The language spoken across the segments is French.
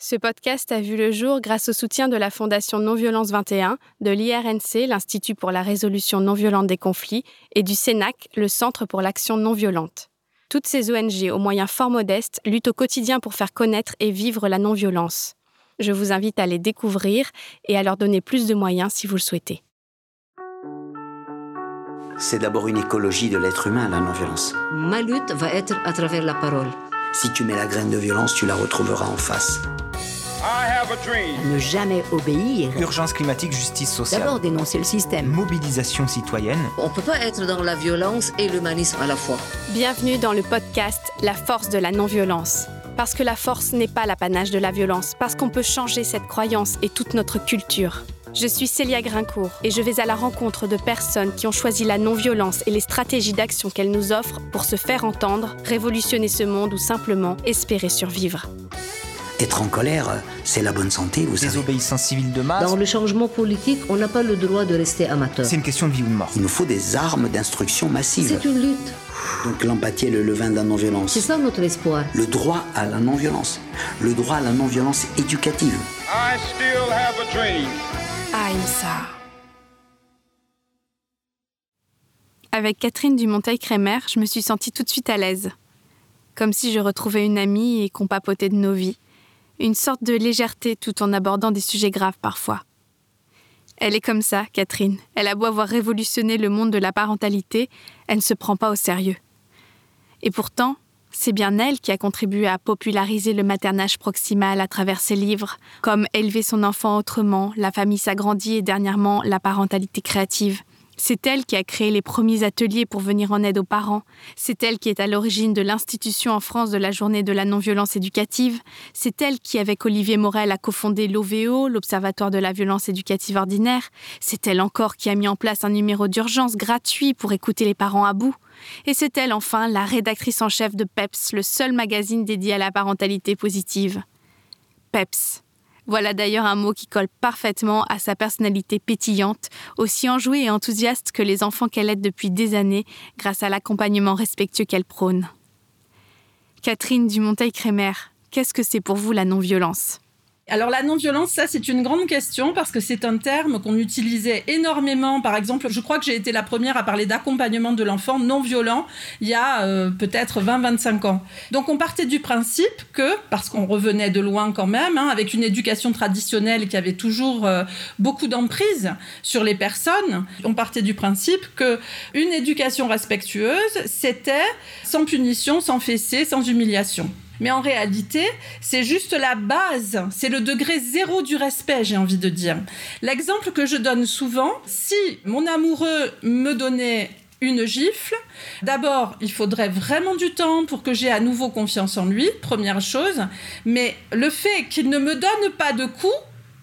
Ce podcast a vu le jour grâce au soutien de la Fondation Non-Violence 21, de l'IRNC, l'Institut pour la résolution non-violente des conflits, et du CENAC, le Centre pour l'action non-violente. Toutes ces ONG, aux moyens fort modestes, luttent au quotidien pour faire connaître et vivre la non-violence. Je vous invite à les découvrir et à leur donner plus de moyens si vous le souhaitez. C'est d'abord une écologie de l'être humain, la non-violence. Ma lutte va être à travers la parole. Si tu mets la graine de violence, tu la retrouveras en face. Ne jamais obéir. Urgence climatique, justice sociale. D'abord dénoncer le système. Mobilisation citoyenne. On ne peut pas être dans la violence et l'humanisme à la fois. Bienvenue dans le podcast « La force de la non-violence ». Parce que la force n'est pas l'apanage de la violence, parce qu'on peut changer cette croyance et toute notre culture. Je suis Célia Grincourt et je vais à la rencontre de personnes qui ont choisi la non-violence et les stratégies d'action qu'elle nous offre pour se faire entendre, révolutionner ce monde ou simplement espérer survivre. Être en colère, c'est la bonne santé, vous savez. Désobéissance civile de masse. Dans le changement politique, on n'a pas le droit de rester amateur. C'est une question de vie ou de mort. Il nous faut des armes d'instruction massive. C'est une lutte. Donc l'empathie est le levain de la non-violence. C'est ça notre espoir. Le droit à la non-violence. Le droit à la non-violence éducative. I still have a dream. Ahimsa. Avec Catherine Dumonteil-Crémer, je me suis sentie tout de suite à l'aise. Comme si je retrouvais une amie et qu'on papotait de nos vies. Une sorte de légèreté tout en abordant des sujets graves parfois. Elle est comme ça, Catherine. Elle a beau avoir révolutionné le monde de la parentalité, elle ne se prend pas au sérieux. Et pourtant, c'est bien elle qui a contribué à populariser le maternage proximal à travers ses livres, comme Élever son enfant autrement, La famille s'agrandit et dernièrement La parentalité créative. C'est elle qui a créé les premiers ateliers pour venir en aide aux parents. C'est elle qui est à l'origine de l'institution en France de la journée de la non-violence éducative. C'est elle qui, avec Olivier Morel, a cofondé l'OVO, l'Observatoire de la violence éducative ordinaire. C'est elle encore qui a mis en place un numéro d'urgence gratuit pour écouter les parents à bout. Et c'est elle, enfin, la rédactrice en chef de PEPS, le seul magazine dédié à la parentalité positive. PEPS. Voilà d'ailleurs un mot qui colle parfaitement à sa personnalité pétillante, aussi enjouée et enthousiaste que les enfants qu'elle aide depuis des années grâce à l'accompagnement respectueux qu'elle prône. Catherine Dumonteil-Crémer, qu'est-ce que c'est pour vous la non-violence ? Alors la non-violence, ça c'est une grande question parce que c'est un terme qu'on utilisait énormément. Par exemple, je crois que j'ai été la première à parler d'accompagnement de l'enfant non-violent il y a peut-être 20-25 ans. Donc on partait du principe que, parce qu'on revenait de loin quand même, avec une éducation traditionnelle qui avait toujours beaucoup d'emprise sur les personnes, on partait du principe qu'une éducation respectueuse, c'était sans punition, sans fessée, sans humiliation. Mais en réalité, c'est juste la base, c'est le degré zéro du respect, j'ai envie de dire. L'exemple que je donne souvent, si mon amoureux me donnait une gifle, d'abord, il faudrait vraiment du temps pour que j'aie à nouveau confiance en lui, première chose, mais le fait qu'il ne me donne pas de coups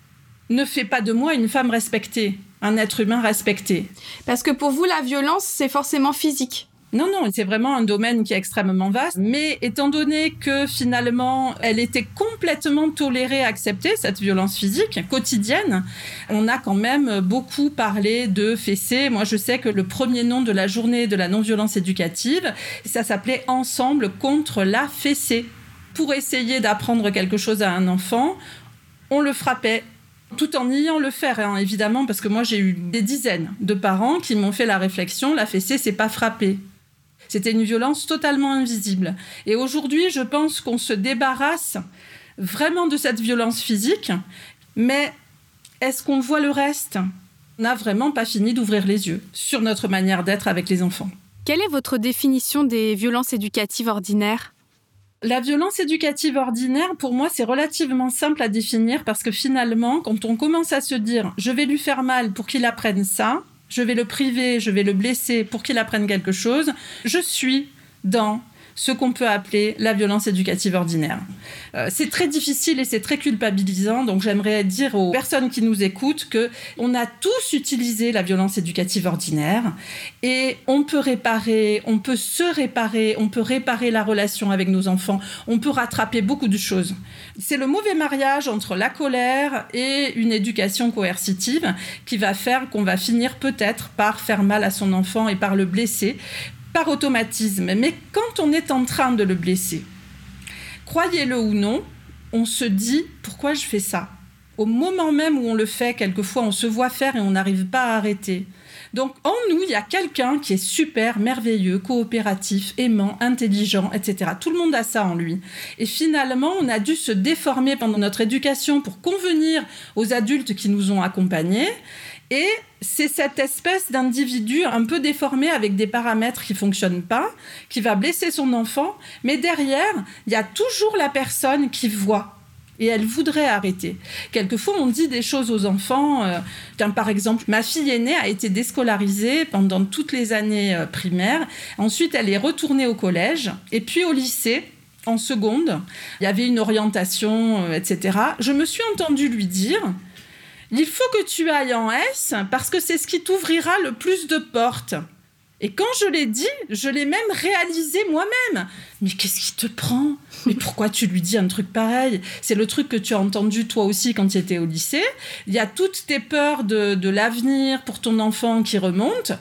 ne fait pas de moi une femme respectée, un être humain respecté. Parce que pour vous, la violence, c'est forcément physique. Non, c'est vraiment un domaine qui est extrêmement vaste. Mais étant donné que finalement, elle était complètement tolérée, acceptée, cette violence physique quotidienne, on a quand même beaucoup parlé de fessée. Moi, je sais que le premier nom de la journée de la non-violence éducative, ça s'appelait « Ensemble contre la fessée ». Pour essayer d'apprendre quelque chose à un enfant, on le frappait. Tout en niant le faire, évidemment, parce que moi, j'ai eu des dizaines de parents qui m'ont fait la réflexion « la fessée, c'est pas frapper ». C'était une violence totalement invisible. Et aujourd'hui, je pense qu'on se débarrasse vraiment de cette violence physique, mais est-ce qu'on voit le reste ? On n'a vraiment pas fini d'ouvrir les yeux sur notre manière d'être avec les enfants. Quelle est votre définition des violences éducatives ordinaires ? La violence éducative ordinaire, pour moi, c'est relativement simple à définir parce que finalement, quand on commence à se dire « je vais lui faire mal pour qu'il apprenne ça », je vais le priver, je vais le blesser pour qu'il apprenne quelque chose, je suis dans ce qu'on peut appeler la violence éducative ordinaire. C'est très difficile et c'est très culpabilisant, donc j'aimerais dire aux personnes qui nous écoutent qu'on a tous utilisé la violence éducative ordinaire et on peut réparer, on peut se réparer, on peut réparer la relation avec nos enfants, on peut rattraper beaucoup de choses. C'est le mauvais mariage entre la colère et une éducation coercitive qui va faire qu'on va finir peut-être par faire mal à son enfant et par le blesser, par automatisme. Mais quand on est en train de le blesser, croyez-le ou non, on se dit « pourquoi je fais ça ?» Au moment même où on le fait, quelquefois, on se voit faire et on n'arrive pas à arrêter. Donc, en nous, il y a quelqu'un qui est super, merveilleux, coopératif, aimant, intelligent, etc. Tout le monde a ça en lui. Et finalement, on a dû se déformer pendant notre éducation pour convenir aux adultes qui nous ont accompagnés. Et c'est cette espèce d'individu un peu déformé avec des paramètres qui ne fonctionnent pas, qui va blesser son enfant. Mais derrière, il y a toujours la personne qui voit. Et elle voudrait arrêter. Quelquefois, on dit des choses aux enfants. Par exemple, ma fille aînée a été déscolarisée pendant toutes les années primaires. Ensuite, elle est retournée au collège. Et puis au lycée, en seconde, il y avait une orientation, etc. Je me suis entendue lui dire « Il faut que tu ailles en S parce que c'est ce qui t'ouvrira le plus de portes. » Et quand je l'ai dit, je l'ai même réalisé moi-même. Mais qu'est-ce qui te prend ? Mais pourquoi tu lui dis un truc pareil ? C'est le truc que tu as entendu toi aussi quand tu étais au lycée. Il y a toutes tes peurs de l'avenir pour ton enfant qui remontent.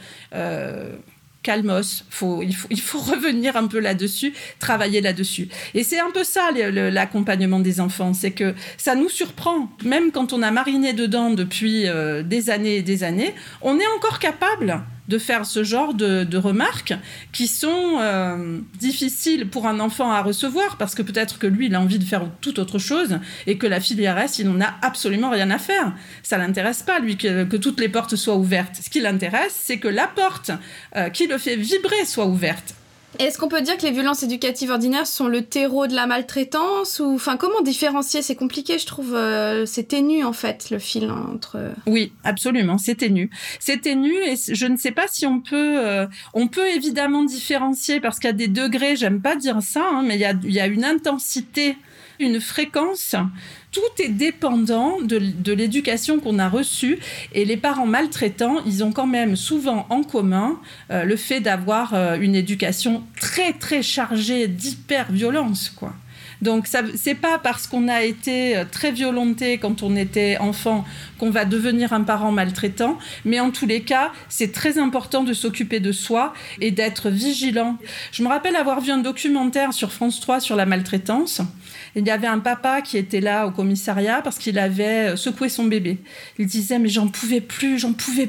Calmos, il faut revenir un peu là-dessus, travailler là-dessus. Et c'est un peu ça l'accompagnement des enfants, c'est que ça nous surprend. Même quand on a mariné dedans depuis des années et des années, on est encore capable de faire ce genre de remarques qui sont difficiles pour un enfant à recevoir parce que peut-être que lui, il a envie de faire tout autre chose et que la filière S, il n'en a absolument rien à faire. Ça ne l'intéresse pas, lui, que toutes les portes soient ouvertes. Ce qui l'intéresse, c'est que la porte qui le fait vibrer soit ouverte. Est-ce qu'on peut dire que les violences éducatives ordinaires sont le terreau de la maltraitance ou comment différencier ? C'est compliqué, je trouve. C'est ténu, en fait, le fil entre... Oui, absolument, c'est ténu. C'est ténu et je ne sais pas si on peut... on peut évidemment différencier parce qu'il y a des degrés, j'aime pas dire ça, mais il y a une intensité, une fréquence. Tout est dépendant de l'éducation qu'on a reçue. Et les parents maltraitants, ils ont quand même souvent en commun le fait d'avoir une éducation très, très chargée d'hyper-violence, quoi. Donc, c'est pas parce qu'on a été très violenté quand on était enfant qu'on va devenir un parent maltraitant. Mais en tous les cas, c'est très important de s'occuper de soi et d'être vigilant. Je me rappelle avoir vu un documentaire sur France 3 sur la maltraitance. Il y avait un papa qui était là au commissariat parce qu'il avait secoué son bébé. Il disait « mais j'en pouvais plus. »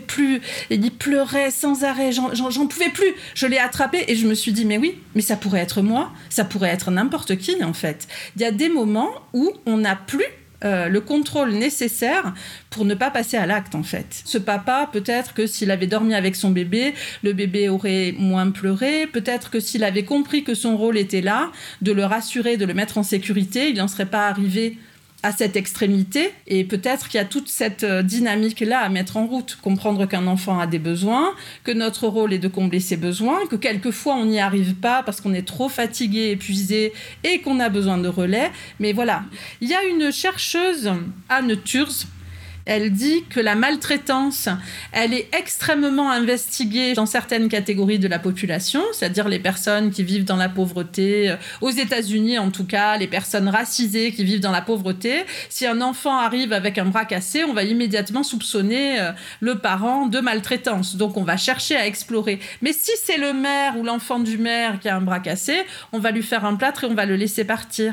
Et il pleurait sans arrêt. J'en pouvais plus. Je l'ai attrapé et je me suis dit « mais oui, mais ça pourrait être moi. Ça pourrait être n'importe qui en fait. » Il y a des moments où on n'a plus le contrôle nécessaire pour ne pas passer à l'acte, en fait. Ce papa, peut-être que s'il avait dormi avec son bébé, le bébé aurait moins pleuré. Peut-être que s'il avait compris que son rôle était là, de le rassurer, de le mettre en sécurité, il n'en serait pas arrivé à cette extrémité. Et peut-être qu'il y a toute cette dynamique-là à mettre en route. Comprendre qu'un enfant a des besoins, que notre rôle est de combler ses besoins, que quelquefois on n'y arrive pas parce qu'on est trop fatigué, épuisé et qu'on a besoin de relais. Mais voilà. Il y a une chercheuse, Anne Turz. Elle dit que la maltraitance, elle est extrêmement investiguée dans certaines catégories de la population, c'est-à-dire les personnes qui vivent dans la pauvreté, aux États-Unis en tout cas, les personnes racisées qui vivent dans la pauvreté. Si un enfant arrive avec un bras cassé, on va immédiatement soupçonner le parent de maltraitance. Donc on va chercher à explorer. Mais si c'est le maire ou l'enfant du maire qui a un bras cassé, on va lui faire un plâtre et on va le laisser partir.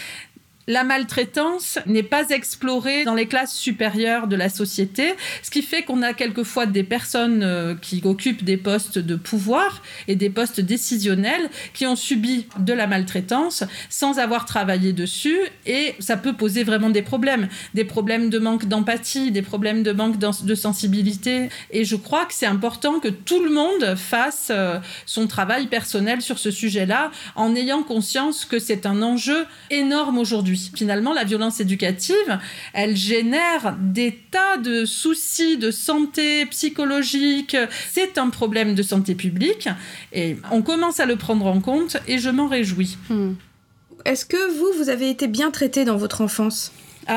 La maltraitance n'est pas explorée dans les classes supérieures de la société, ce qui fait qu'on a quelquefois des personnes qui occupent des postes de pouvoir et des postes décisionnels qui ont subi de la maltraitance sans avoir travaillé dessus, et ça peut poser vraiment des problèmes de manque d'empathie, des problèmes de manque de sensibilité. Et je crois que c'est important que tout le monde fasse son travail personnel sur ce sujet-là en ayant conscience que c'est un enjeu énorme aujourd'hui. Finalement, la violence éducative, elle génère des tas de soucis de santé psychologique. C'est un problème de santé publique et on commence à le prendre en compte et je m'en réjouis. Est-ce que vous avez été bien traitée dans votre enfance ?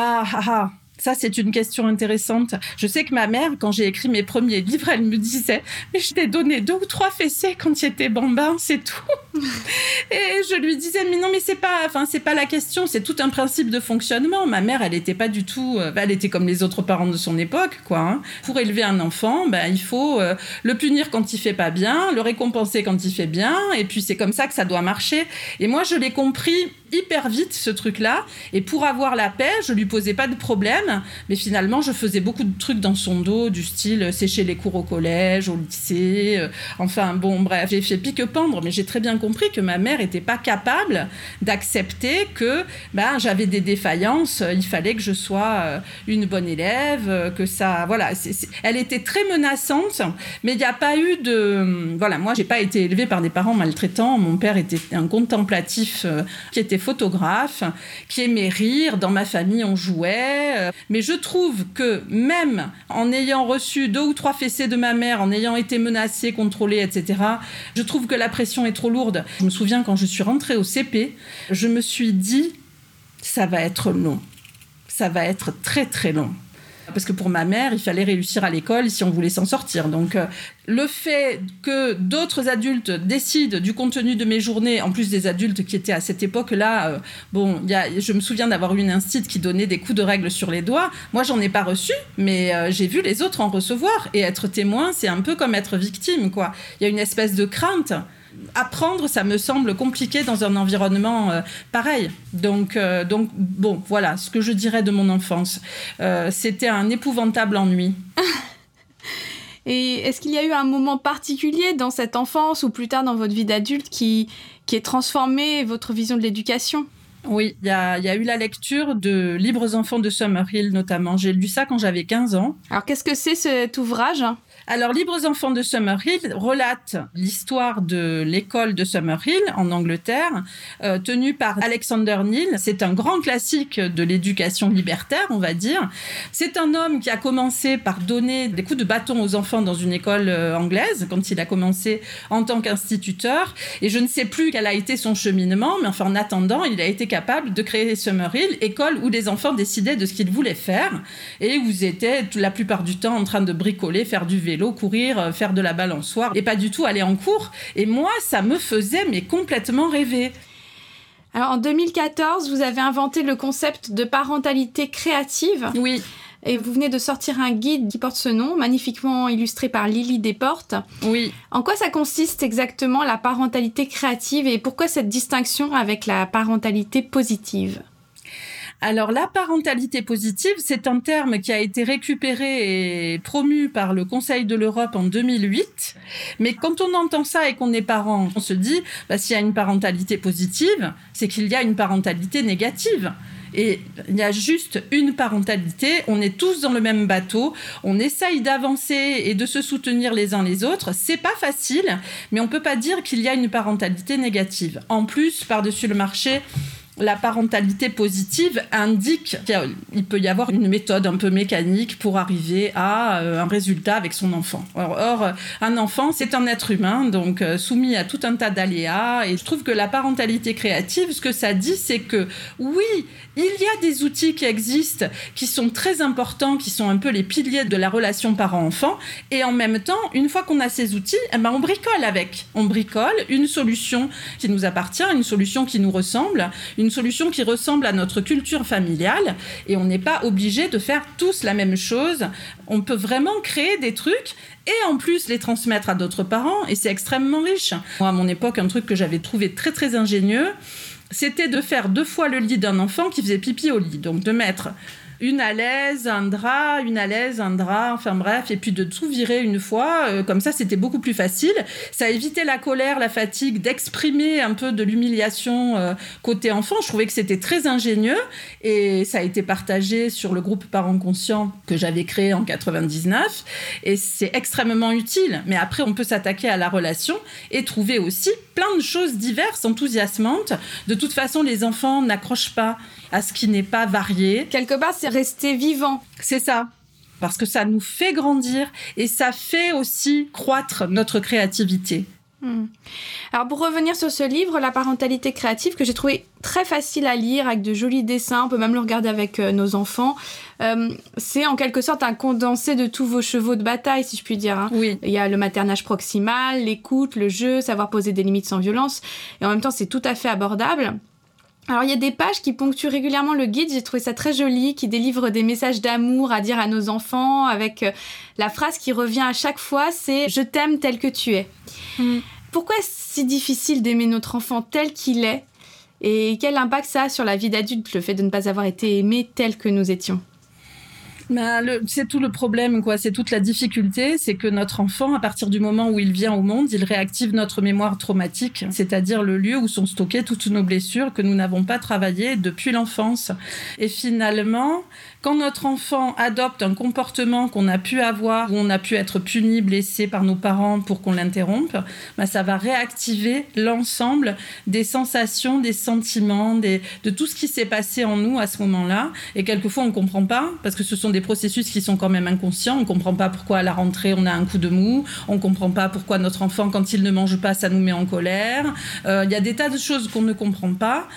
Ça, c'est une question intéressante. Je sais que ma mère, quand j'ai écrit mes premiers livres, elle me disait « Mais je t'ai donné 2 ou 3 fessées quand tu étais bambin, c'est tout. » Et je lui disais « Mais non, mais c'est pas la question, c'est tout un principe de fonctionnement. » Ma mère, elle était pas du tout... elle était comme les autres parents de son époque, quoi. Hein. Pour élever un enfant, il faut le punir quand il fait pas bien, le récompenser quand il fait bien, et puis c'est comme ça que ça doit marcher. Et moi, je l'ai compris hyper vite ce truc-là, et pour avoir la paix, je lui posais pas de problème, mais finalement je faisais beaucoup de trucs dans son dos, du style sécher les cours au collège, au lycée, enfin bon bref, j'ai fait pique-pendre, mais j'ai très bien compris que ma mère était pas capable d'accepter que j'avais des défaillances, il fallait que je sois une bonne élève, que ça, voilà, elle était très menaçante, mais il n'y a pas eu de, voilà, moi j'ai pas été élevée par des parents maltraitants, mon père était un contemplatif qui était photographe, qui aimait rire, dans ma famille on jouait, mais je trouve que même en ayant reçu 2 ou 3 fessées de ma mère, en ayant été menacée, contrôlée, etc., je trouve que la pression est trop lourde. Je me souviens quand je suis rentrée au CP, je me suis dit, ça va être long, ça va être très très long. Parce que pour ma mère, il fallait réussir à l'école si on voulait s'en sortir. Donc, le fait que d'autres adultes décident du contenu de mes journées, en plus des adultes qui étaient à cette époque-là, je me souviens d'avoir eu une institut qui donnait des coups de règle sur les doigts. Moi, j'en ai pas reçu, mais j'ai vu les autres en recevoir. Et être témoin, c'est un peu comme être victime, quoi. Il y a une espèce de crainte. Apprendre, ça me semble compliqué dans un environnement pareil. Donc, bon, voilà ce que je dirais de mon enfance. C'était un épouvantable ennui. Et est-ce qu'il y a eu un moment particulier dans cette enfance ou plus tard dans votre vie d'adulte qui ait transformé votre vision de l'éducation ? Oui, il y a eu la lecture de Libres enfants de Summerhill notamment. J'ai lu ça quand j'avais 15 ans. Alors, qu'est-ce que c'est cet ouvrage ? Alors, Libres enfants de Summerhill relate l'histoire de l'école de Summerhill en Angleterre, tenue par Alexander Neal. C'est un grand classique de l'éducation libertaire, on va dire. C'est un homme qui a commencé par donner des coups de bâton aux enfants dans une école anglaise, quand il a commencé en tant qu'instituteur. Et je ne sais plus quel a été son cheminement, mais enfin, en attendant, il a été capable de créer Summerhill, école où les enfants décidaient de ce qu'ils voulaient faire et où ils étaient la plupart du temps en train de bricoler, faire du vélo, courir, faire de la balançoire et pas du tout aller en cours. Et moi, ça me faisait complètement rêver. Alors, en 2014, vous avez inventé le concept de parentalité créative. Oui. Et vous venez de sortir un guide qui porte ce nom, magnifiquement illustré par Lily Desportes. Oui. En quoi ça consiste exactement, la parentalité créative, et pourquoi cette distinction avec la parentalité positive ? Alors, la parentalité positive, c'est un terme qui a été récupéré et promu par le Conseil de l'Europe en 2008. Mais quand on entend ça et qu'on est parent, on se dit, s'il y a une parentalité positive, c'est qu'il y a une parentalité négative. Et il y a juste une parentalité, on est tous dans le même bateau, on essaye d'avancer et de se soutenir les uns les autres. C'est pas facile, mais on peut pas dire qu'il y a une parentalité négative. En plus, par-dessus le marché, la parentalité positive indique qu'il peut y avoir une méthode un peu mécanique pour arriver à un résultat avec son enfant. Or, un enfant, c'est un être humain, donc soumis à tout un tas d'aléas. Et je trouve que la parentalité créative, ce que ça dit, c'est que oui, il y a des outils qui existent, qui sont très importants, qui sont un peu les piliers de la relation parent-enfant. Et en même temps, une fois qu'on a ces outils, on bricole avec. On bricole une solution qui nous appartient, une solution qui nous ressemble, une solution qui ressemble à notre culture familiale, et on n'est pas obligé de faire tous la même chose. On peut vraiment créer des trucs et en plus les transmettre à d'autres parents, et c'est extrêmement riche. Moi, à mon époque, un truc que j'avais trouvé très très ingénieux, c'était de faire 2 fois le lit d'un enfant qui faisait pipi au lit. Donc de mettre une à l'aise, un drap, une à l'aise, un drap, enfin bref, et puis de tout virer une fois, comme ça c'était beaucoup plus facile. Ça évitait la colère, la fatigue, d'exprimer un peu de l'humiliation côté enfant. Je trouvais que c'était très ingénieux, et ça a été partagé sur le groupe Parents Conscients que j'avais créé en 99, et c'est extrêmement utile. Mais après, on peut s'attaquer à la relation et trouver aussi plein de choses diverses, enthousiasmantes. De toute façon, les enfants n'accrochent pas à ce qui n'est pas varié. Quelque part, c'est rester vivant. C'est ça. Parce que ça nous fait grandir et ça fait aussi croître notre créativité. Alors, pour revenir sur ce livre, La parentalité créative, que j'ai trouvé très facile à lire, avec de jolis dessins, on peut même le regarder avec nos enfants, c'est en quelque sorte un condensé de tous vos chevaux de bataille, si je puis dire. Hein. Oui. Il y a le maternage proximal, l'écoute, le jeu, savoir poser des limites sans violence, et en même temps, c'est tout à fait abordable. Alors, il y a des pages qui ponctuent régulièrement le guide, j'ai trouvé ça très joli, qui délivrent des messages d'amour à dire à nos enfants, avec la phrase qui revient à chaque fois, c'est « Je t'aime tel que tu es ». Pourquoi est-ce si difficile d'aimer notre enfant tel qu'il est ? Et quel impact ça a sur la vie d'adulte, le fait de ne pas avoir été aimés tels que nous étions ? C'est tout le problème, quoi. C'est toute la difficulté, c'est que notre enfant, à partir du moment où il vient au monde, il réactive notre mémoire traumatique, c'est-à-dire le lieu où sont stockées toutes nos blessures que nous n'avons pas travaillées depuis l'enfance. Et finalement, quand notre enfant adopte un comportement qu'on a pu avoir, où on a pu être puni, blessé par nos parents pour qu'on l'interrompe, ça va réactiver l'ensemble des sensations, des sentiments, de tout ce qui s'est passé en nous à ce moment-là. Et quelquefois, on ne comprend pas, parce que ce sont des processus qui sont quand même inconscients. On ne comprend pas pourquoi à la rentrée, on a un coup de mou. On ne comprend pas pourquoi notre enfant, quand il ne mange pas, ça nous met en colère. Il y a des tas de choses qu'on ne comprend pas.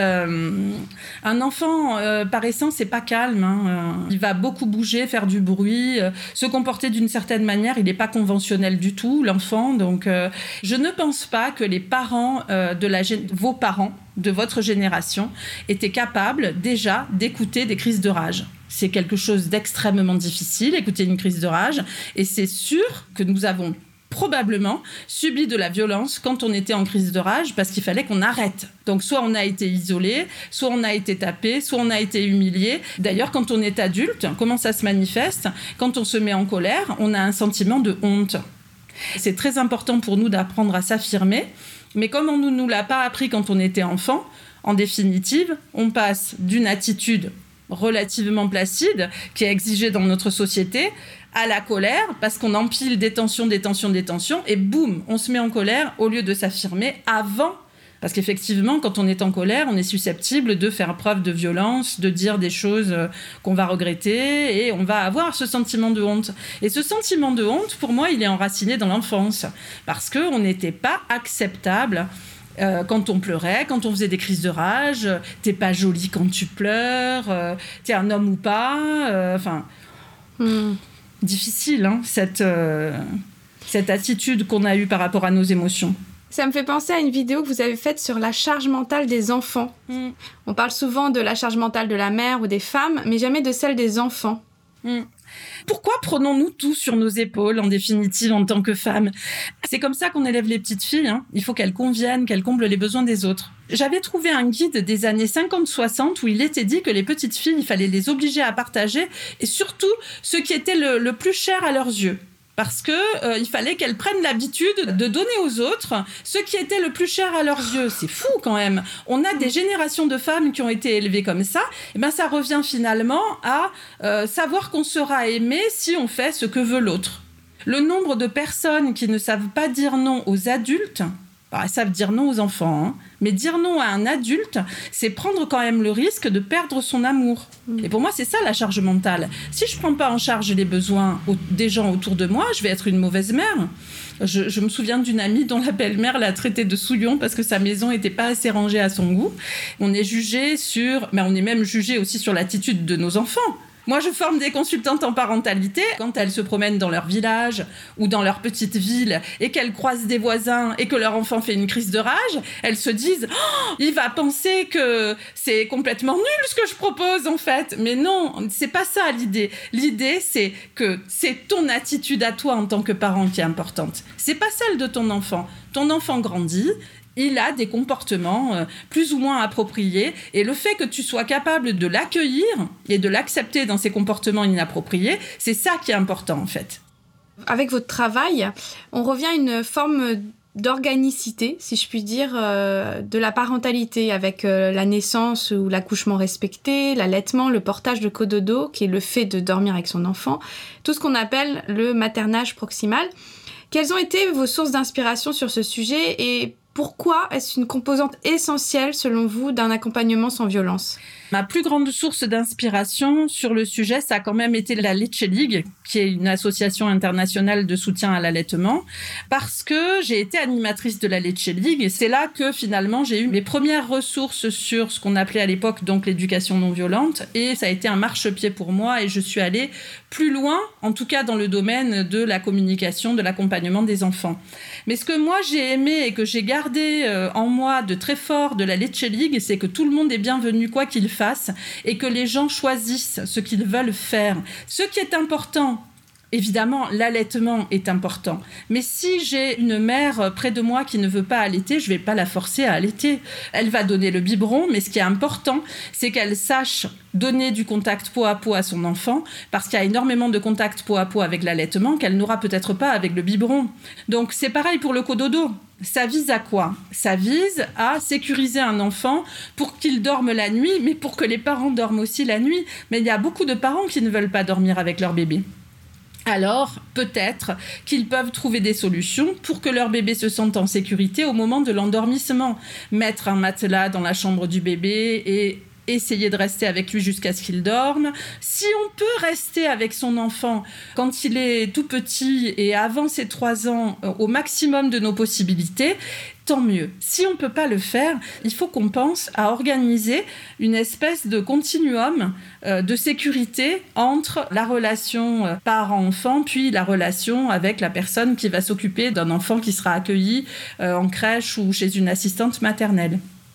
Un enfant, par essence, c'est pas calme. Il va beaucoup bouger, faire du bruit, se comporter d'une certaine manière. Il n'est pas conventionnel du tout, l'enfant. Donc, je ne pense pas que les parents vos parents de votre génération étaient capables déjà d'écouter des crises de rage. C'est quelque chose d'extrêmement difficile, écouter une crise de rage. Et c'est sûr que nous avons probablement subi de la violence quand on était en crise de rage parce qu'il fallait qu'on arrête. Donc soit on a été isolé, soit on a été tapé, soit on a été humilié. D'ailleurs, quand on est adulte, comment ça se manifeste ? Quand on se met en colère, on a un sentiment de honte. C'est très important pour nous d'apprendre à s'affirmer, mais comme on ne nous l'a pas appris quand on était enfant, en définitive, on passe d'une attitude relativement placide, qui est exigée dans notre société, à la colère, parce qu'on empile des tensions, et boum, on se met en colère au lieu de s'affirmer avant. Parce qu'effectivement, quand on est en colère, on est susceptible de faire preuve de violence, de dire des choses qu'on va regretter, et on va avoir ce sentiment de honte. Et ce sentiment de honte, pour moi, il est enraciné dans l'enfance, parce qu'on n'était pas acceptable quand on pleurait, quand on faisait des crises de rage, t'es pas jolie quand tu pleures, t'es un homme ou pas, difficile, cette attitude qu'on a eue par rapport à nos émotions. Ça me fait penser à une vidéo que vous avez faite sur la charge mentale des enfants. On parle souvent de la charge mentale de la mère ou des femmes, mais jamais de celle des enfants. Pourquoi prenons-nous tout sur nos épaules, en définitive, en tant que femmes ? C'est comme ça qu'on élève les petites filles. Il faut qu'elles conviennent, qu'elles comblent les besoins des autres. J'avais trouvé un guide des années 50-60 où il était dit que les petites filles, il fallait les obliger à partager, et surtout ce qui était le plus cher à leurs yeux. Parce qu'il fallait qu'elles prennent l'habitude de donner aux autres ce qui était le plus cher à leurs yeux. C'est fou quand même. On a des générations de femmes qui ont été élevées comme ça. Et ça revient finalement à savoir qu'on sera aimé si on fait ce que veut l'autre. Le nombre de personnes qui ne savent pas dire non aux adultes, elles savent dire non aux enfants, mais dire non à un adulte, c'est prendre quand même le risque de perdre son amour. Et pour moi, c'est ça la charge mentale. Si je ne prends pas en charge les besoins des gens autour de moi, je vais être une mauvaise mère. Je me souviens d'une amie dont la belle-mère l'a traitée de souillon parce que sa maison n'était pas assez rangée à son goût. On est jugé on est même jugé aussi sur l'attitude de nos enfants. Moi, je forme des consultantes en parentalité. Quand elles se promènent dans leur village ou dans leur petite ville et qu'elles croisent des voisins et que leur enfant fait une crise de rage, elles se disent « Oh, il va penser que c'est complètement nul ce que je propose en fait !» Mais non, c'est pas ça l'idée. L'idée, c'est que c'est ton attitude à toi en tant que parent qui est importante. C'est pas celle de ton enfant. Ton enfant grandit. Il a des comportements plus ou moins appropriés, et le fait que tu sois capable de l'accueillir et de l'accepter dans ses comportements inappropriés, c'est ça qui est important en fait. Avec votre travail, on revient à une forme d'organicité, si je puis dire, de la parentalité, avec la naissance ou l'accouchement respecté, l'allaitement, le portage de cododo, qui est le fait de dormir avec son enfant, tout ce qu'on appelle le maternage proximal. Quelles ont été vos sources d'inspiration sur ce sujet et pourquoi est-ce une composante essentielle, selon vous, d'un accompagnement sans violence ? Ma plus grande source d'inspiration sur le sujet, ça a quand même été la Lecce League, qui est une association internationale de soutien à l'allaitement, parce que j'ai été animatrice de la Lecce League, et c'est là que finalement j'ai eu mes premières ressources sur ce qu'on appelait à l'époque donc l'éducation non violente, et ça a été un marchepied pour moi, et je suis allée plus loin, en tout cas dans le domaine de la communication, de l'accompagnement des enfants. Mais ce que moi j'ai aimé et que j'ai gardé en moi de très fort de la Lecce League, c'est que tout le monde est bienvenu quoi qu'il fasse et que les gens choisissent ce qu'ils veulent faire. Ce qui est important Évidemment, l'allaitement est important. Mais si j'ai une mère près de moi qui ne veut pas allaiter, je ne vais pas la forcer à allaiter. Elle va donner le biberon, mais ce qui est important, c'est qu'elle sache donner du contact peau à peau à son enfant, parce qu'il y a énormément de contact peau à peau avec l'allaitement qu'elle n'aura peut-être pas avec le biberon. Donc c'est pareil pour le cododo. Ça vise à quoi ? Ça vise à sécuriser un enfant pour qu'il dorme la nuit, mais pour que les parents dorment aussi la nuit. Mais il y a beaucoup de parents qui ne veulent pas dormir avec leur bébé. Alors, peut-être qu'ils peuvent trouver des solutions pour que leur bébé se sente en sécurité au moment de l'endormissement. Mettre un matelas dans la chambre du bébé et essayer de rester avec lui jusqu'à ce qu'il dorme. Si on peut rester avec son enfant quand il est tout petit et avant ses 3 ans au maximum de nos possibilités, tant mieux. Si on ne peut pas le faire, il faut qu'on pense à organiser une espèce de continuum de sécurité entre la relation parent-enfant puis la relation avec la personne qui va s'occuper d'un enfant qui sera accueilli en crèche ou chez une assistante maternelle.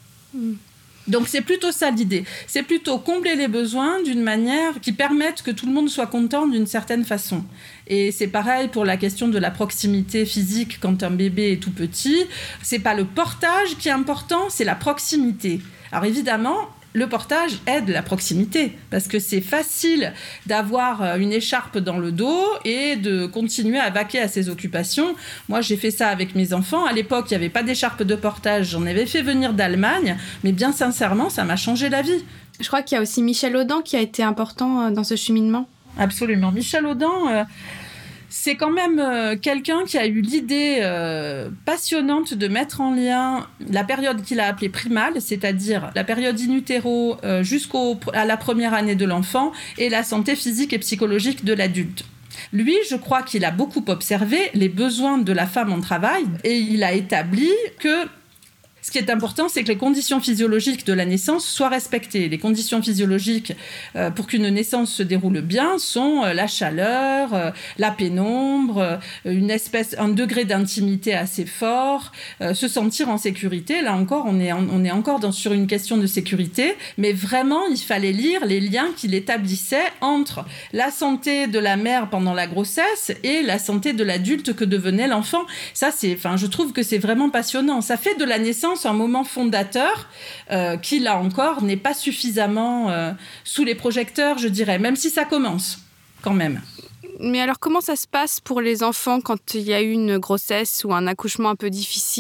Donc c'est plutôt ça l'idée, c'est plutôt combler les besoins d'une manière qui permette que tout le monde soit content d'une certaine façon. Et c'est pareil pour la question de la proximité physique quand un bébé est tout petit. C'est pas le portage qui est important, c'est la proximité. Alors évidemment, le portage aide la proximité parce que c'est facile d'avoir une écharpe dans le dos et de continuer à vaquer à ses occupations. Moi, j'ai fait ça avec mes enfants. À l'époque, il n'y avait pas d'écharpe de portage. J'en avais fait venir d'Allemagne, mais bien sincèrement, ça m'a changé la vie. Je crois qu'il y a aussi Michel Audin qui a été important dans ce cheminement. Absolument. Michel Audin... c'est quand même quelqu'un qui a eu l'idée passionnante de mettre en lien la période qu'il a appelée primale, c'est-à-dire la période in utero jusqu'à la première année de l'enfant et la santé physique et psychologique de l'adulte. Lui, je crois qu'il a beaucoup observé les besoins de la femme en travail et il a établi que ce qui est important, c'est que les conditions physiologiques de la naissance soient respectées. Les conditions physiologiques pour qu'une naissance se déroule bien sont la chaleur, la pénombre, un degré d'intimité assez fort, se sentir en sécurité. Là encore, on est encore sur une question de sécurité, mais vraiment, il fallait lire les liens qu'il établissait entre la santé de la mère pendant la grossesse et la santé de l'adulte que devenait l'enfant. Ça, je trouve que c'est vraiment passionnant. Ça fait de la naissance un moment fondateur qui, là encore, n'est pas suffisamment sous les projecteurs, je dirais, même si ça commence, quand même. Mais alors, comment ça se passe pour les enfants quand il y a eu une grossesse ou un accouchement un peu difficile ?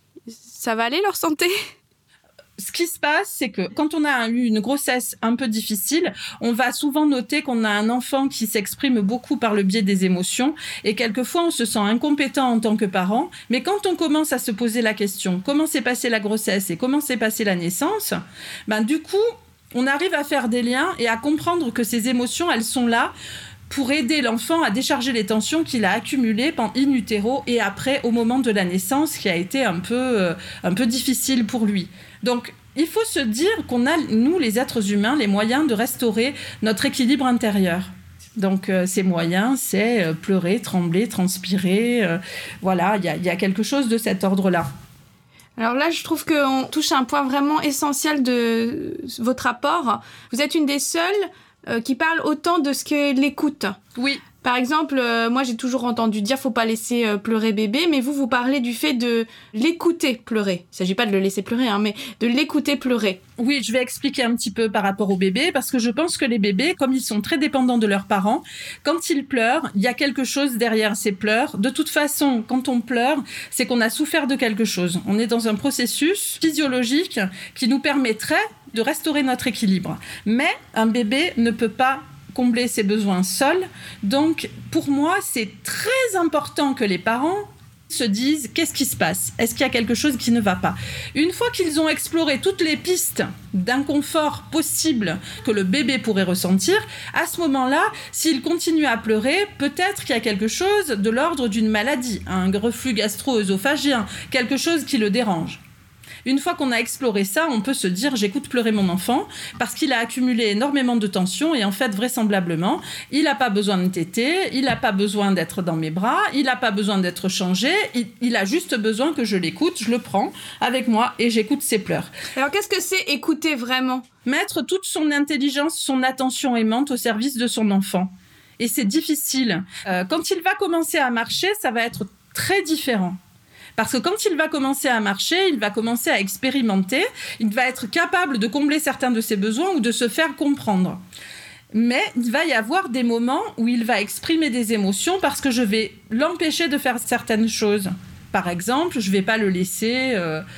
Ça va aller, leur santé ? Ce qui se passe, c'est que quand on a eu une grossesse un peu difficile, on va souvent noter qu'on a un enfant qui s'exprime beaucoup par le biais des émotions et quelquefois on se sent incompétent en tant que parent. Mais quand on commence à se poser la question comment s'est passée la grossesse et comment s'est passée la naissance, du coup, on arrive à faire des liens et à comprendre que ces émotions, elles sont là pour aider l'enfant à décharger les tensions qu'il a accumulées in utero et après au moment de la naissance qui a été un peu difficile pour lui. Donc, il faut se dire qu'on a, nous, les êtres humains, les moyens de restaurer notre équilibre intérieur. Donc, ces moyens, c'est pleurer, trembler, transpirer. Voilà, il y a quelque chose de cet ordre-là. Alors là, je trouve qu'on touche à un point vraiment essentiel de votre rapport. Vous êtes une des seules qui parle autant de ce qu'est l'écoute. Oui. Par exemple, moi j'ai toujours entendu dire faut pas laisser pleurer bébé, mais vous parlez du fait de l'écouter pleurer. Il s'agit pas de le laisser pleurer, mais de l'écouter pleurer. Oui, je vais expliquer un petit peu par rapport aux bébés, parce que je pense que les bébés, comme ils sont très dépendants de leurs parents, quand ils pleurent, il y a quelque chose derrière ces pleurs. De toute façon, quand on pleure, c'est qu'on a souffert de quelque chose. On est dans un processus physiologique qui nous permettrait de restaurer notre équilibre. Mais un bébé ne peut pas combler ses besoins seuls. Donc, pour moi, c'est très important que les parents se disent qu'est-ce qui se passe ? Est-ce qu'il y a quelque chose qui ne va pas ? Une fois qu'ils ont exploré toutes les pistes d'inconfort possibles que le bébé pourrait ressentir, à ce moment-là, s'il continue à pleurer, peut-être qu'il y a quelque chose de l'ordre d'une maladie, un reflux gastro-œsophagien, quelque chose qui le dérange. Une fois qu'on a exploré ça, on peut se dire j'écoute pleurer mon enfant parce qu'il a accumulé énormément de tensions et en fait vraisemblablement il n'a pas besoin de téter, il n'a pas besoin d'être dans mes bras, il n'a pas besoin d'être changé, il a juste besoin que je l'écoute, je le prends avec moi et j'écoute ses pleurs. Alors qu'est-ce que c'est écouter vraiment ? Mettre toute son intelligence, son attention aimante au service de son enfant. Et c'est difficile. Quand il va commencer à marcher, ça va être très différent. Parce que quand il va commencer à marcher, il va commencer à expérimenter, il va être capable de combler certains de ses besoins ou de se faire comprendre. Mais il va y avoir des moments où il va exprimer des émotions parce que je vais l'empêcher de faire certaines choses. Par exemple, je ne vais pas le laisser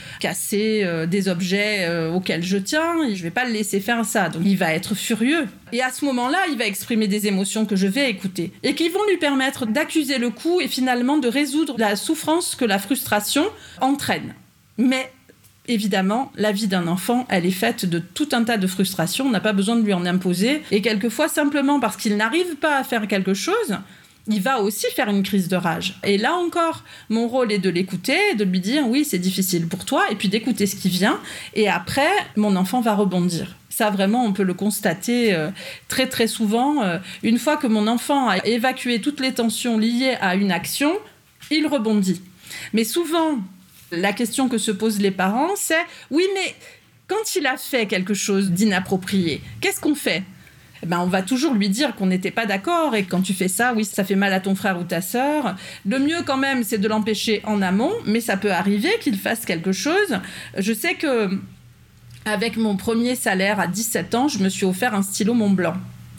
casser des objets auxquels je tiens, et je ne vais pas le laisser faire ça. Donc il va être furieux. Et à ce moment-là, il va exprimer des émotions que je vais écouter et qui vont lui permettre d'accuser le coup et finalement de résoudre la souffrance que la frustration entraîne. Mais évidemment, la vie d'un enfant, elle est faite de tout un tas de frustrations. On n'a pas besoin de lui en imposer. Et quelquefois, simplement parce qu'il n'arrive pas à faire quelque chose, il va aussi faire une crise de rage. Et là encore, mon rôle est de l'écouter, de lui dire « oui, c'est difficile pour toi », et puis d'écouter ce qui vient. Et après, mon enfant va rebondir. Ça, vraiment, on peut le constater très, très souvent. Une fois que mon enfant a évacué toutes les tensions liées à une action, il rebondit. Mais souvent, la question que se posent les parents, c'est « oui, mais quand il a fait quelque chose d'inapproprié, qu'est-ce qu'on fait ?» On va toujours lui dire qu'on n'était pas d'accord et quand tu fais ça, oui, ça fait mal à ton frère ou ta sœur. Le mieux quand même, c'est de l'empêcher en amont, mais ça peut arriver qu'il fasse quelque chose. Je sais que avec mon premier salaire à 17 ans, je me suis offert un stylo Montblanc.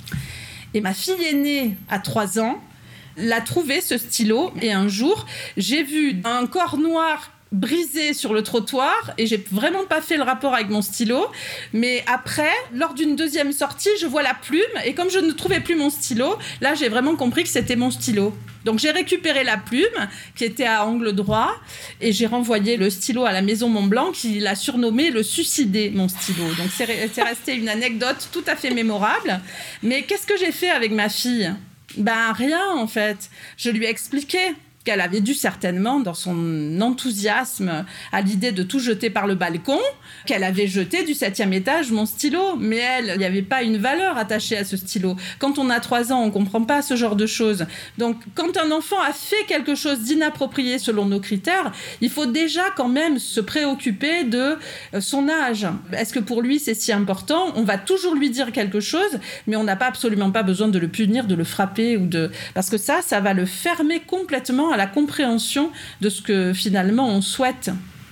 Et ma fille aînée, à 3 ans, l'a trouvé, ce stylo, et un jour, j'ai vu un corps noir brisé sur le trottoir et j'ai vraiment pas fait le rapport avec mon stylo, mais après, lors d'une deuxième sortie, je vois la plume et comme je ne trouvais plus mon stylo, là j'ai vraiment compris que c'était mon stylo. Donc j'ai récupéré la plume qui était à angle droit et j'ai renvoyé le stylo à la maison Montblanc qui l'a surnommé le suicidé, mon stylo. Donc c'est resté une anecdote tout à fait mémorable. Mais qu'est-ce que j'ai fait avec ma fille ? Rien en fait. Je lui ai expliqué qu'elle avait dû certainement, dans son enthousiasme à l'idée de tout jeter par le balcon, qu'elle avait jeté du 7e étage mon stylo. Mais elle, il n'y avait pas une valeur attachée à ce stylo. Quand on a 3 ans, on ne comprend pas ce genre de choses. Donc, quand un enfant a fait quelque chose d'inapproprié selon nos critères, il faut déjà quand même se préoccuper de son âge. Est-ce que pour lui, c'est si important ? On va toujours lui dire quelque chose, mais on n'a absolument pas besoin de le punir, de le frapper, parce que ça va le fermer complètement à la compréhension de ce que finalement on souhaite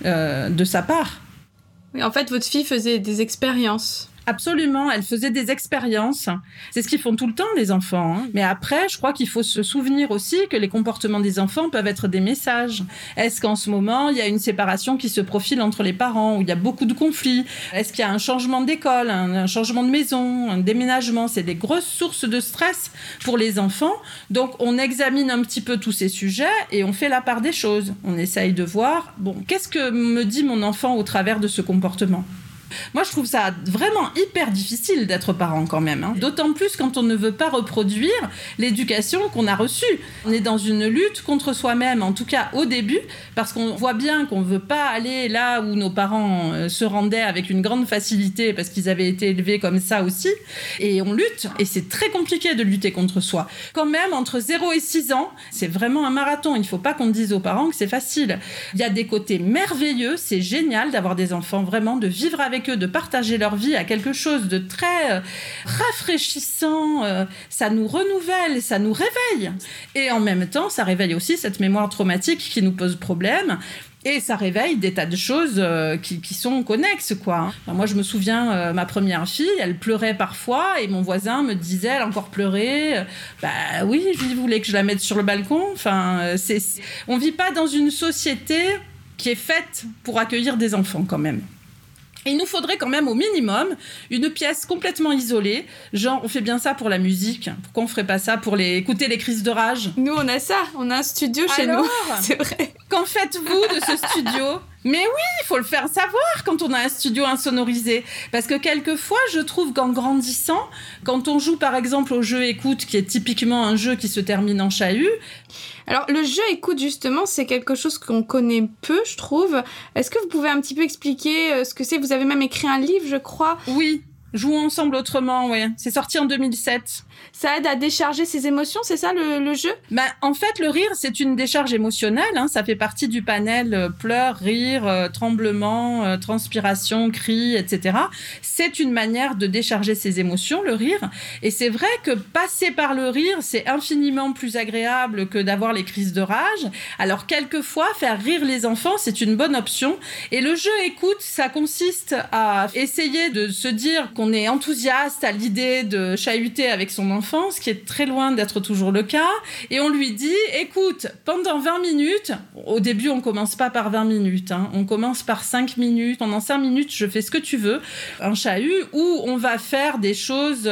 de sa part. Oui, en fait, votre fille faisait des expériences. Absolument, elle faisait des expériences. C'est ce qu'ils font tout le temps, les enfants. Mais après, je crois qu'il faut se souvenir aussi que les comportements des enfants peuvent être des messages. Est-ce qu'en ce moment, il y a une séparation qui se profile entre les parents, où il y a beaucoup de conflits ? Est-ce qu'il y a un changement d'école, un changement de maison, un déménagement ? C'est des grosses sources de stress pour les enfants. Donc, on examine un petit peu tous ces sujets et on fait la part des choses. On essaye de voir, qu'est-ce que me dit mon enfant au travers de ce comportement ? Moi, je trouve ça vraiment hyper difficile d'être parent quand même. D'autant plus quand on ne veut pas reproduire l'éducation qu'on a reçue. On est dans une lutte contre soi-même, en tout cas au début, parce qu'on voit bien qu'on ne veut pas aller là où nos parents se rendaient avec une grande facilité parce qu'ils avaient été élevés comme ça aussi. Et on lutte, et c'est très compliqué de lutter contre soi. Quand même, entre 0 et 6 ans, c'est vraiment un marathon. Il ne faut pas qu'on dise aux parents que c'est facile. Il y a des côtés merveilleux, c'est génial d'avoir des enfants, vraiment, de vivre avec eux, de partager leur vie à quelque chose de très rafraîchissant. Ça nous renouvelle, ça nous réveille. Et en même temps, ça réveille aussi cette mémoire traumatique qui nous pose problème. Et ça réveille des tas de choses qui sont connexes, quoi. Moi, je me souviens, ma première fille, elle pleurait parfois et mon voisin me disait, elle a encore pleuré. Oui, je voulais que je la mette sur le balcon. On vit pas dans une société qui est faite pour accueillir des enfants, quand même. Il nous faudrait quand même au minimum une pièce complètement isolée. Genre, on fait bien ça pour la musique. Pourquoi on ferait pas ça pour écouter les crises de rage ? Nous, on a ça. On a un studio chez nous. C'est vrai. Qu'en faites-vous de ce studio ? Mais oui, il faut le faire savoir quand on a un studio insonorisé. Parce que quelquefois, je trouve qu'en grandissant, quand on joue par exemple au jeu écoute, qui est typiquement un jeu qui se termine en chahut. Alors, le jeu écoute, justement, c'est quelque chose qu'on connaît peu, je trouve. Est-ce que vous pouvez un petit peu expliquer ce que c'est ? Vous avez même écrit un livre, je crois. Oui. Jouons ensemble autrement, ouais. C'est sorti en 2007. Ça aide à décharger ses émotions, c'est ça le jeu ? En fait, le rire, c'est une décharge émotionnelle. Hein. Ça fait partie du panel pleurs, rire, tremblements, transpiration, cris, etc. C'est une manière de décharger ses émotions, le rire. Et c'est vrai que passer par le rire, c'est infiniment plus agréable que d'avoir les crises de rage. Alors, quelquefois, faire rire les enfants, c'est une bonne option. Et le jeu écoute, ça consiste à essayer de se dire qu'on est enthousiaste à l'idée de chahuter avec son enfant, ce qui est très loin d'être toujours le cas. Et on lui dit, écoute, pendant 20 minutes, au début, on commence pas par 20 minutes, hein, on commence par 5 minutes. Pendant 5 minutes, je fais ce que tu veux, un chahut, où on va faire des choses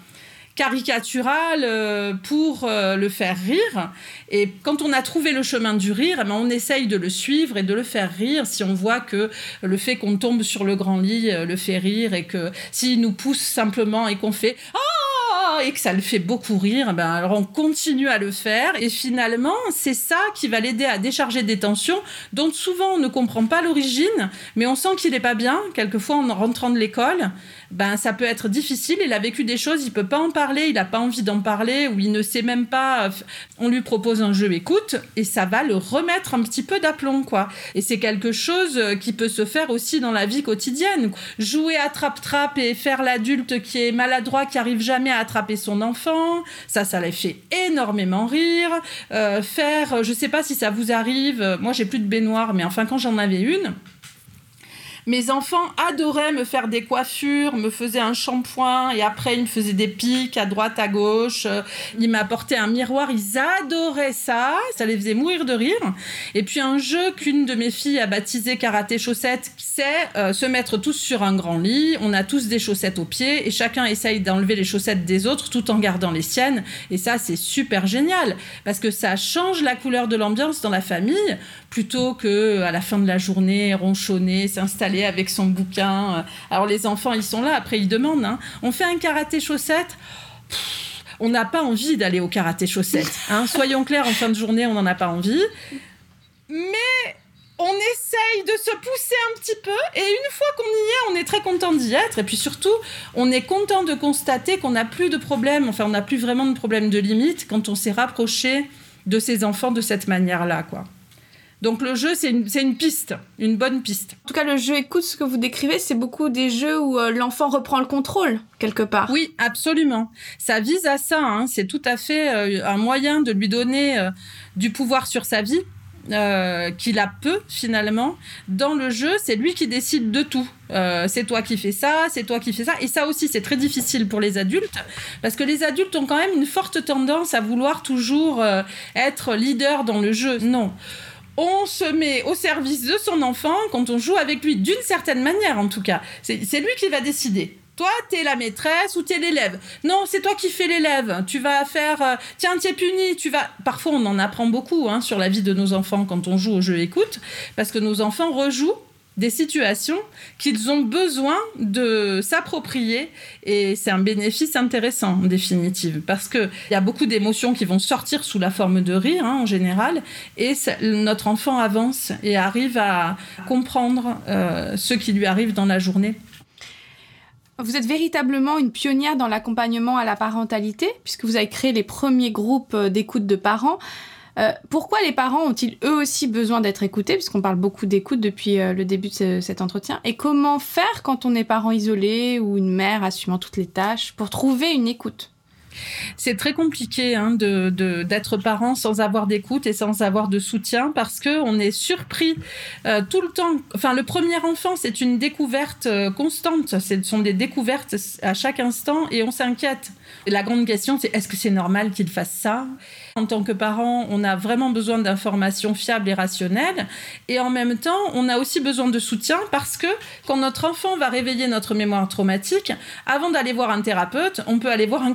caricaturales pour le faire rire. Et quand on a trouvé le chemin du rire, on essaye de le suivre et de le faire rire. Si on voit que le fait qu'on tombe sur le grand lit le fait rire, et que s'il nous pousse simplement et qu'on fait « Ah !» et que ça le fait beaucoup rire, alors on continue à le faire. Et finalement, c'est ça qui va l'aider à décharger des tensions dont souvent on ne comprend pas l'origine, mais on sent qu'il n'est pas bien. Quelquefois, en rentrant de l'école, ça peut être difficile. Il a vécu des choses, il ne peut pas en parler, il n'a pas envie d'en parler, ou il ne sait même pas. On lui propose un jeu écoute, et ça va le remettre un petit peu d'aplomb, quoi. Et c'est quelque chose qui peut se faire aussi dans la vie quotidienne. Jouer attrape-trappe et faire l'adulte qui est maladroit, qui n'arrive jamais à attraper son enfant, ça les fait énormément rire. Je ne sais pas si ça vous arrive, moi j'ai plus de baignoire, mais enfin quand j'en avais une, mes enfants adoraient me faire des coiffures, me faisaient un shampoing, et après ils me faisaient des pics à droite, à gauche. Ils m'apportaient un miroir, ils adoraient ça les faisait mourir de rire. Et puis un jeu qu'une de mes filles a baptisé karaté chaussettes, c'est se mettre tous sur un grand lit, on a tous des chaussettes aux pieds, et chacun essaye d'enlever les chaussettes des autres tout en gardant les siennes. Et ça, c'est super génial, parce que ça change la couleur de l'ambiance dans la famille, plutôt que à la fin de la journée, ronchonner, s'installer avec son bouquin. Alors les enfants, ils sont là, après ils demandent, hein. On fait un karaté chaussettes, on n'a pas envie d'aller au karaté chaussettes, hein. Soyons clairs, en fin de journée, on n'en a pas envie. Mais on essaye de se pousser un petit peu, et une fois qu'on y est, on est très content d'y être. Et puis surtout, on est content de constater qu'on n'a plus de problème, on n'a plus vraiment de problème de limite quand on s'est rapproché de ses enfants de cette manière-là, quoi. Donc le jeu, c'est une piste, une bonne piste. En tout cas, le jeu écoute, ce que vous décrivez, c'est beaucoup des jeux où l'enfant reprend le contrôle, quelque part. Oui, absolument. Ça vise à ça, hein. C'est tout à fait un moyen de lui donner du pouvoir sur sa vie, qu'il a peu, finalement. Dans le jeu, c'est lui qui décide de tout. C'est toi qui fais ça, c'est toi qui fais ça. Et ça aussi, c'est très difficile pour les adultes, parce que les adultes ont quand même une forte tendance à vouloir toujours être leader dans le jeu. Non. On se met au service de son enfant quand on joue avec lui, d'une certaine manière en tout cas. C'est lui qui va décider. Toi, t'es la maîtresse ou t'es l'élève. Non, c'est toi qui fais l'élève. Tu vas faire... tiens, t'es puni. Parfois, on en apprend beaucoup sur la vie de nos enfants quand on joue au jeu écoute, parce que nos enfants rejouent des situations qu'ils ont besoin de s'approprier, et c'est un bénéfice intéressant en définitive, parce qu'il y a beaucoup d'émotions qui vont sortir sous la forme de rire en général, et notre enfant avance et arrive à comprendre ce qui lui arrive dans la journée. Vous êtes véritablement une pionnière dans l'accompagnement à la parentalité, puisque vous avez créé les premiers groupes d'écoute de parents. Pourquoi les parents ont-ils eux aussi besoin d'être écoutés, puisqu'on parle beaucoup d'écoute depuis le début de cet entretien, et comment faire quand on est parent isolé ou une mère assumant toutes les tâches pour trouver une écoute ? C'est très compliqué d'être parent sans avoir d'écoute et sans avoir de soutien, parce qu'on est surpris tout le temps. Enfin, le premier enfant, c'est une découverte constante. Ce sont des découvertes à chaque instant, et on s'inquiète. Et la grande question, c'est est-ce que c'est normal qu'il fasse ça ? En tant que parent, on a vraiment besoin d'informations fiables et rationnelles. Et en même temps, on a aussi besoin de soutien, parce que quand notre enfant va réveiller notre mémoire traumatique, avant d'aller voir un thérapeute, on peut aller voir un consultant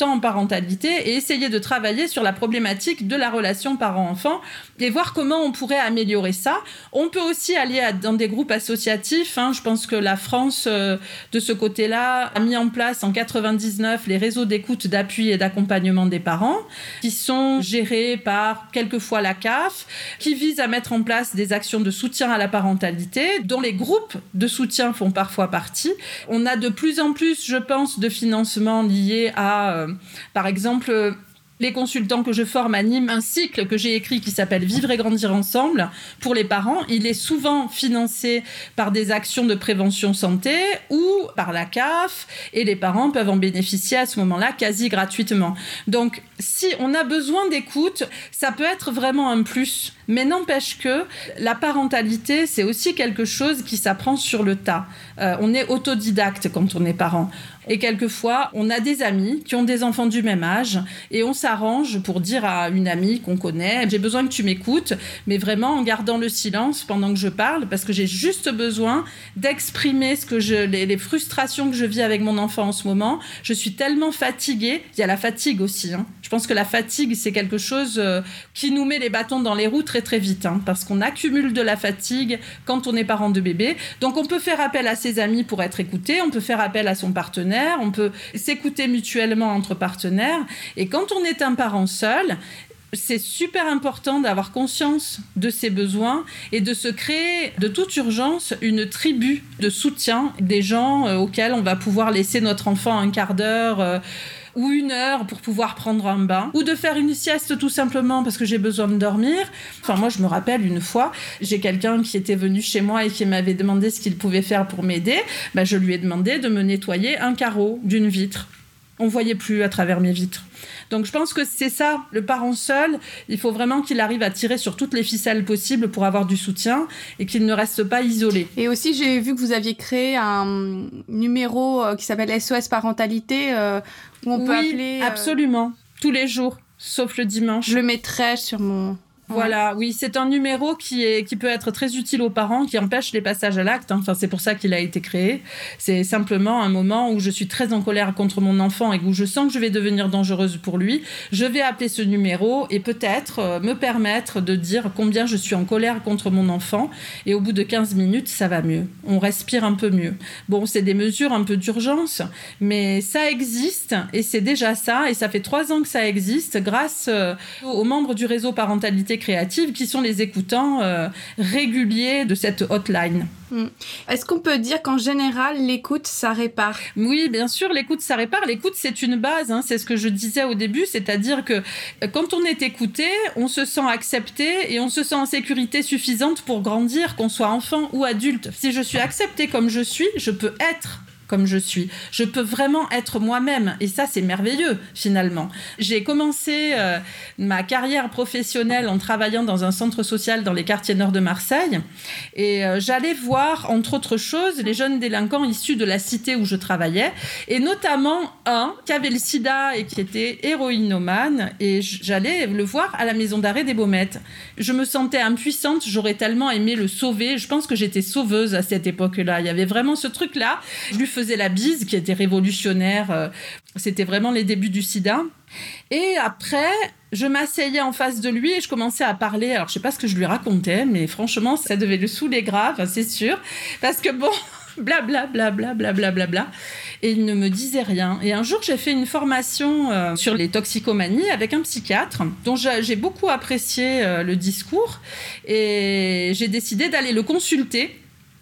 temps en parentalité et essayer de travailler sur la problématique de la relation parent-enfant et voir comment on pourrait améliorer ça. On peut aussi aller dans des groupes associatifs. Je pense que la France, de ce côté-là, a mis en place en 99 les réseaux d'écoute, d'appui et d'accompagnement des parents qui sont gérés par quelquefois la CAF, qui visent à mettre en place des actions de soutien à la parentalité, dont les groupes de soutien font parfois partie. On a de plus en plus, je pense, de financements liés à, par exemple, les consultants que je forme animent un cycle que j'ai écrit qui s'appelle « Vivre et grandir ensemble » pour les parents. Il est souvent financé par des actions de prévention santé ou par la CAF et les parents peuvent en bénéficier à ce moment-là quasi gratuitement. Donc, si on a besoin d'écoute, ça peut être vraiment un plus. Mais n'empêche que la parentalité, c'est aussi quelque chose qui s'apprend sur le tas. On est autodidacte quand on est parent. Et quelquefois, on a des amis qui ont des enfants du même âge et on s'arrange pour dire à une amie qu'on connaît « J'ai besoin que tu m'écoutes », mais vraiment en gardant le silence pendant que je parle parce que j'ai juste besoin d'exprimer les frustrations que je vis avec mon enfant en ce moment. Je suis tellement fatiguée. Il y a la fatigue aussi. Je pense que la fatigue, c'est quelque chose qui nous met les bâtons dans les roues très très vite parce qu'on accumule de la fatigue quand on est parent de bébé. Donc on peut faire appel à ses amis pour être écouté, on peut faire appel à son partenaire, on peut s'écouter mutuellement entre partenaires. Et quand on est un parent seul, c'est super important d'avoir conscience de ses besoins et de se créer de toute urgence une tribu de soutien, des gens auxquels on va pouvoir laisser notre enfant un quart d'heure ou 1 heure pour pouvoir prendre un bain, ou de faire une sieste tout simplement parce que j'ai besoin de dormir. Enfin, moi, je me rappelle une fois, j'ai quelqu'un qui était venu chez moi et qui m'avait demandé ce qu'il pouvait faire pour m'aider. Je lui ai demandé de me nettoyer un carreau d'une vitre. On ne voyait plus à travers mes vitres. Donc, je pense que c'est ça, le parent seul, il faut vraiment qu'il arrive à tirer sur toutes les ficelles possibles pour avoir du soutien et qu'il ne reste pas isolé. Et aussi, j'ai vu que vous aviez créé un numéro qui s'appelle SOS Parentalité, où on peut appeler... Oui, absolument, tous les jours, sauf le dimanche. Je le mettrai sur mon... Voilà, oui, c'est un numéro qui peut être très utile aux parents, qui empêche les passages à l'acte. Enfin, c'est pour ça qu'il a été créé. C'est simplement un moment où je suis très en colère contre mon enfant et où je sens que je vais devenir dangereuse pour lui. Je vais appeler ce numéro et peut-être me permettre de dire combien je suis en colère contre mon enfant. Et au bout de 15 minutes, ça va mieux. On respire un peu mieux. Bon, c'est des mesures un peu d'urgence, mais ça existe et c'est déjà ça. Et ça fait 3 ans que ça existe grâce aux membres du réseau Parentalité Créative qui sont les écoutants réguliers de cette hotline. Est-ce qu'on peut dire qu'en général, l'écoute, ça répare ? Oui, bien sûr, l'écoute, ça répare. L'écoute, c'est une base, c'est ce que je disais au début, c'est-à-dire que quand on est écouté, on se sent accepté et on se sent en sécurité suffisante pour grandir, qu'on soit enfant ou adulte. Si je suis acceptée comme je suis, je peux être comme je suis. Je peux vraiment être moi-même. Et ça, c'est merveilleux, finalement. J'ai commencé ma carrière professionnelle en travaillant dans un centre social dans les quartiers nord de Marseille. Et j'allais voir, entre autres choses, les jeunes délinquants issus de la cité où je travaillais. Et notamment un qui avait le sida et qui était héroïnomane. Et j'allais le voir à la maison d'arrêt des Baumettes. Je me sentais impuissante. J'aurais tellement aimé le sauver. Je pense que j'étais sauveuse à cette époque-là. Il y avait vraiment ce truc-là. Je lui faisais la bise, qui était révolutionnaire. C'était vraiment les débuts du sida. Et après, je m'asseyais en face de lui et je commençais à parler. Alors, je sais pas ce que je lui racontais, mais franchement, ça devait le saouler grave, c'est sûr. Parce que bon, blablabla. Et il ne me disait rien. Et un jour, j'ai fait une formation sur les toxicomanies avec un psychiatre dont j'ai beaucoup apprécié le discours. Et j'ai décidé d'aller le consulter.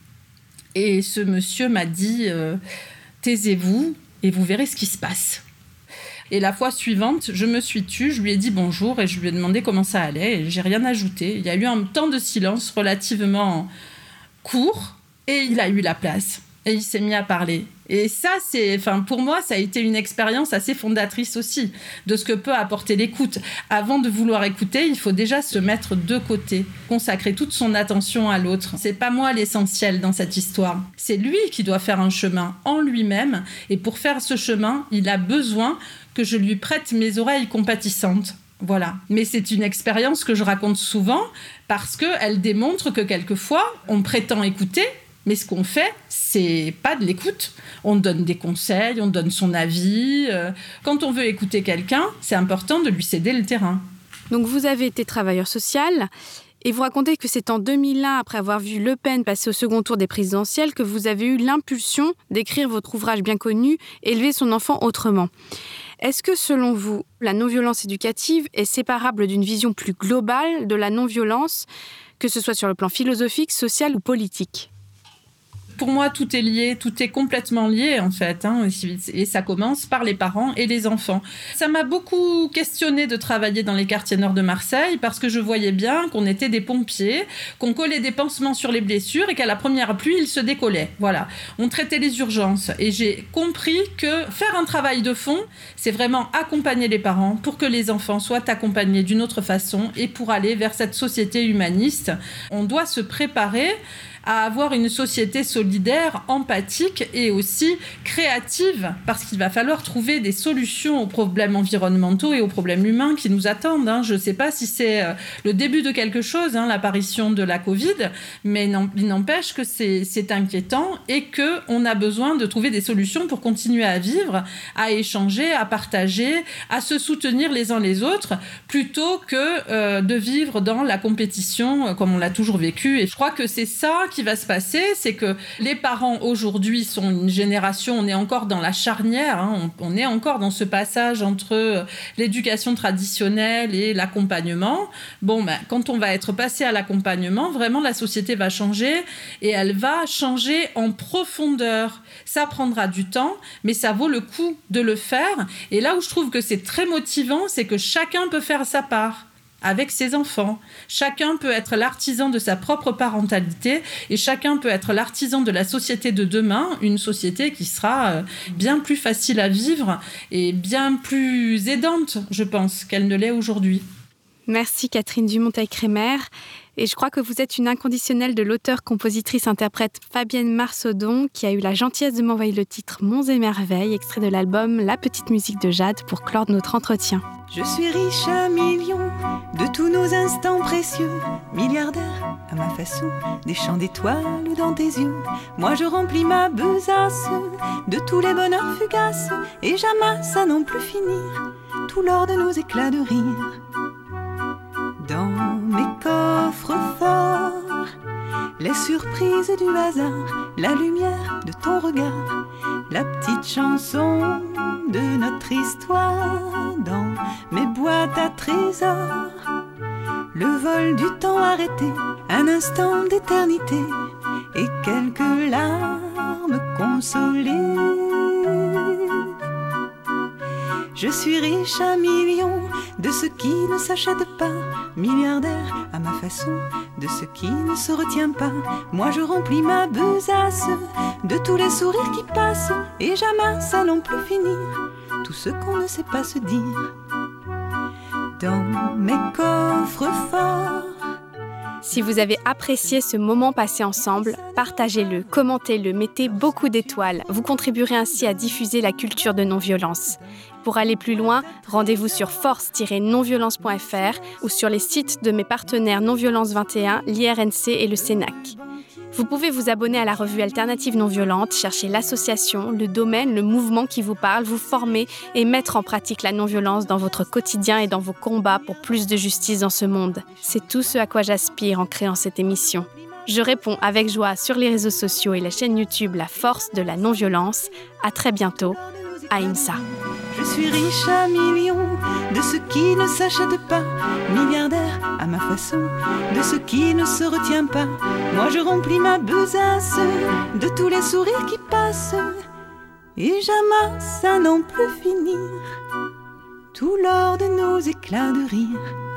Et ce monsieur m'a dit « Taisez-vous et vous verrez ce qui se passe ». Et la fois suivante, je me suis tue, je lui ai dit bonjour et je lui ai demandé comment ça allait et j'ai rien ajouté. Il y a eu un temps de silence relativement court et il a eu la place. Et il s'est mis à parler. Et ça, pour moi, ça a été une expérience assez fondatrice aussi de ce que peut apporter l'écoute. Avant de vouloir écouter, il faut déjà se mettre de côté, consacrer toute son attention à l'autre. C'est pas moi l'essentiel dans cette histoire. C'est lui qui doit faire un chemin en lui-même. Et pour faire ce chemin, il a besoin que je lui prête mes oreilles compatissantes. Voilà. Mais c'est une expérience que je raconte souvent parce qu'elle démontre que quelquefois, on prétend écouter, Mais ce qu'on fait, c'est pas de l'écoute. On donne des conseils, on donne son avis. Quand on veut écouter quelqu'un, c'est important de lui céder le terrain. Donc vous avez été travailleur social et vous racontez que c'est en 2001, après avoir vu Le Pen passer au second tour des présidentielles, que vous avez eu l'impulsion d'écrire votre ouvrage bien connu « Élever son enfant autrement ». Est-ce que, selon vous, la non-violence éducative est séparable d'une vision plus globale de la non-violence, que ce soit sur le plan philosophique, social ou politique ? Pour moi, tout est lié, tout est complètement lié en fait, et ça commence par les parents et les enfants. Ça m'a beaucoup questionné de travailler dans les quartiers nord de Marseille parce que je voyais bien qu'on était des pompiers, qu'on collait des pansements sur les blessures et qu'à la première pluie, ils se décollaient. Voilà, on traitait les urgences et j'ai compris que faire un travail de fond, c'est vraiment accompagner les parents pour que les enfants soient accompagnés d'une autre façon et pour aller vers cette société humaniste. On doit se préparer à avoir une société solidaire, empathique et aussi créative, parce qu'il va falloir trouver des solutions aux problèmes environnementaux et aux problèmes humains qui nous attendent. Je ne sais pas si c'est le début de quelque chose, l'apparition de la Covid, mais il n'empêche que c'est inquiétant et qu'on a besoin de trouver des solutions pour continuer à vivre, à échanger, à partager, à se soutenir les uns les autres, plutôt que de vivre dans la compétition comme on l'a toujours vécu. Et je crois que c'est ça qui va se passer, c'est que les parents aujourd'hui sont une génération, on est encore dans la charnière, on est encore dans ce passage entre l'éducation traditionnelle et l'accompagnement. Quand on va être passé à l'accompagnement, vraiment la société va changer et elle va changer en profondeur. Ça prendra du temps, mais ça vaut le coup de le faire. Et là où je trouve que c'est très motivant, c'est que chacun peut faire sa part avec ses enfants. Chacun peut être l'artisan de sa propre parentalité et chacun peut être l'artisan de la société de demain, une société qui sera bien plus facile à vivre et bien plus aidante, je pense, qu'elle ne l'est aujourd'hui. Merci Catherine Dumonteil-Crémer. Et je crois que vous êtes une inconditionnelle de l'auteure-compositrice-interprète Fabienne Marsaudon, qui a eu la gentillesse de m'envoyer le titre Monts et Merveilles, extrait de l'album La Petite Musique de Jade, pour clore notre entretien. Je suis riche à millions de tous nos instants précieux, milliardaire à ma façon, des champs d'étoiles dans tes yeux. Moi je remplis ma besace de tous les bonheurs fugaces et j'amasse à n'en plus finir tout l'or de nos éclats de rire. Dans mes coffres forts, les surprises du hasard, la lumière de ton regard, la petite chanson de notre histoire. Dans mes boîtes à trésors, le vol du temps arrêté, un instant d'éternité et quelques larmes consolées. Je suis riche à millions de ce qui ne s'achète pas, milliardaire à ma façon de ce qui ne se retient pas. Moi je remplis ma besace de tous les sourires qui passent et j'amasse à n'en plus finir tout ce qu'on ne sait pas se dire. Dans mes coffres forts. Si vous avez apprécié ce moment passé ensemble, partagez-le, commentez-le, mettez beaucoup d'étoiles. Vous contribuerez ainsi à diffuser la culture de non-violence. Pour aller plus loin, rendez-vous sur force-nonviolence.fr ou sur les sites de mes partenaires Non-Violence 21, l'IRNC et le CENAC. Vous pouvez vous abonner à la revue Alternative Non-Violente, chercher l'association, le domaine, le mouvement qui vous parle, vous former et mettre en pratique la non-violence dans votre quotidien et dans vos combats pour plus de justice dans ce monde. C'est tout ce à quoi j'aspire en créant cette émission. Je réponds avec joie sur les réseaux sociaux et la chaîne YouTube La Force de la Non-Violence. À très bientôt. Ahimsa. Je suis riche à millions de ce qui ne s'achète pas, milliardaire à ma façon de ce qui ne se retient pas. Moi je remplis ma besace de tous les sourires qui passent et j'amasse à n'en plus finir tout l'or de nos éclats de rire.